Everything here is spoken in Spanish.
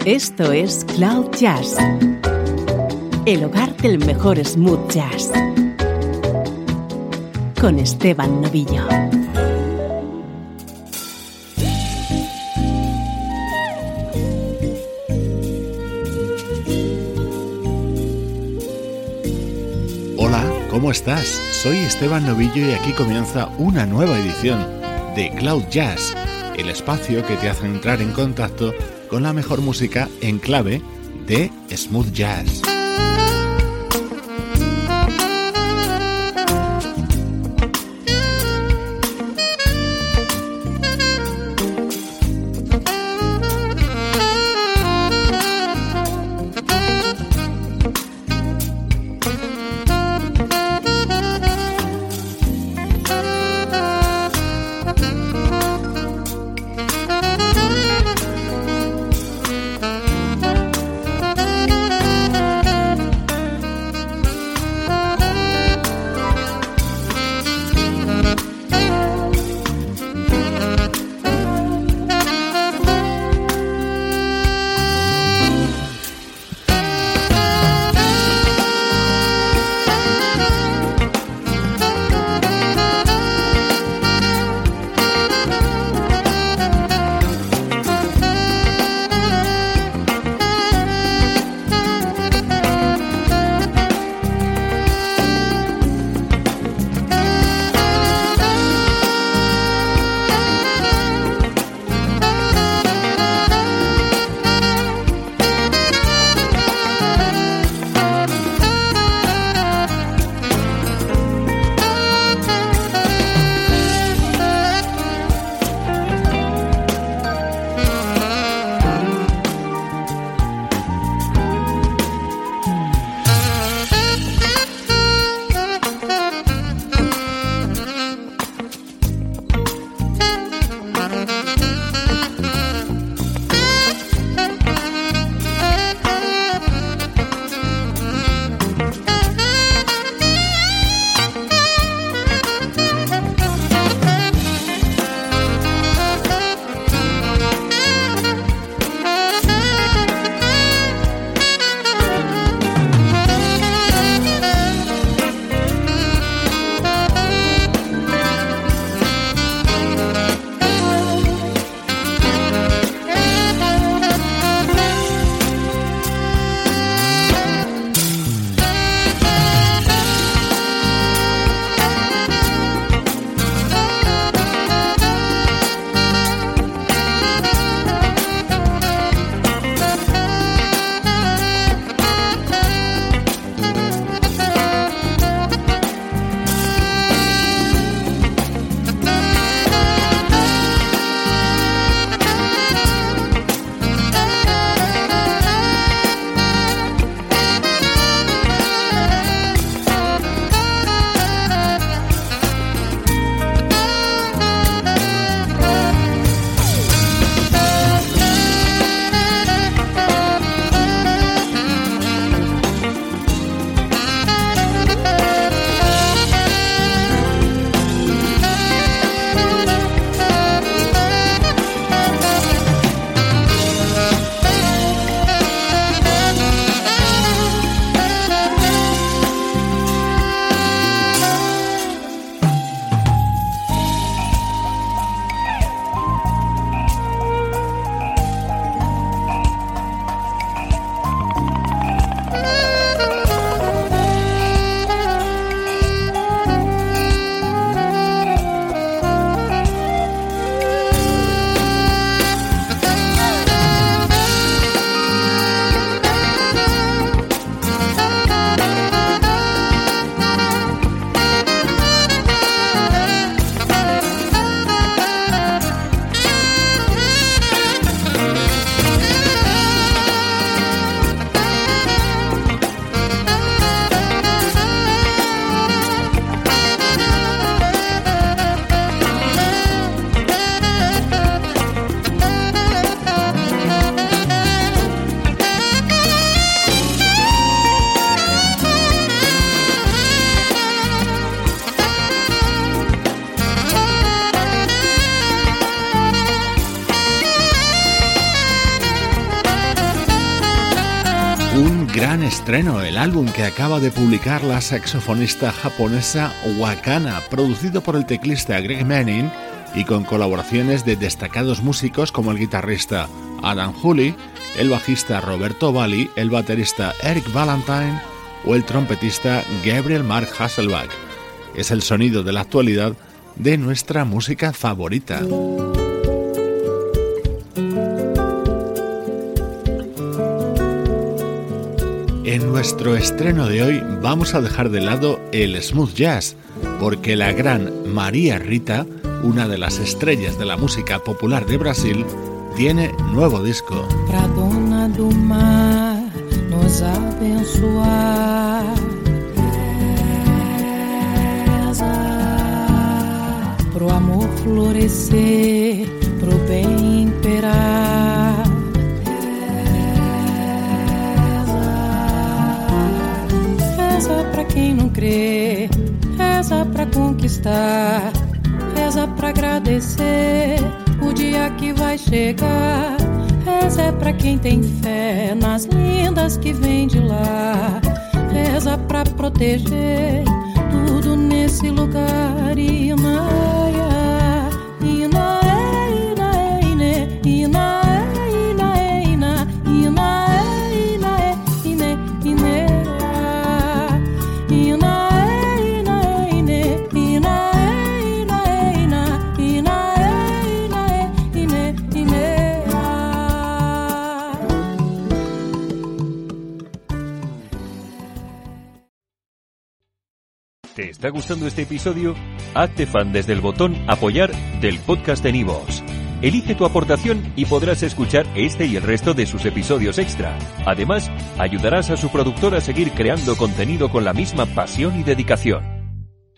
Esto es Cloud Jazz, el hogar del mejor smooth jazz, con Esteban Novillo. Hola, ¿cómo estás? Soy Esteban Novillo y aquí comienza una nueva edición de Cloud Jazz, el espacio que te hace entrar en contacto con la mejor música en clave de smooth jazz. gran estreno, el álbum que acaba de publicar la saxofonista japonesa Wakana, producido por el teclista Greg Manning y con colaboraciones de destacados músicos como el guitarrista Adam Hooley, el bajista Roberto Valli, el baterista Eric Valentine o el trompetista Gabriel Mark Hasselbach. Es el sonido de la actualidad de nuestra música favorita. En nuestro estreno de hoy vamos a dejar de lado el smooth jazz, porque la gran María Rita, una de las estrellas de la música popular de Brasil, tiene nuevo disco. Pra dona do mar nos abençoar, reza, pro amor florescer, pro bem imperar. Reza pra quem não crê, reza pra conquistar, reza pra agradecer o dia que vai chegar. Reza é pra quem tem fé nas lendas que vem de lá. Reza pra proteger tudo nesse lugar. Inaia, inae, inae, ine, inae, inae, ina, inae, inae, ine, inea. ¿Te está gustando este episodio? Hazte fan desde el botón Apoyar del podcast de Nivos. Elige tu aportación y podrás escuchar este y el resto de sus episodios extra. Además, ayudarás a su productor a seguir creando contenido con la misma pasión y dedicación.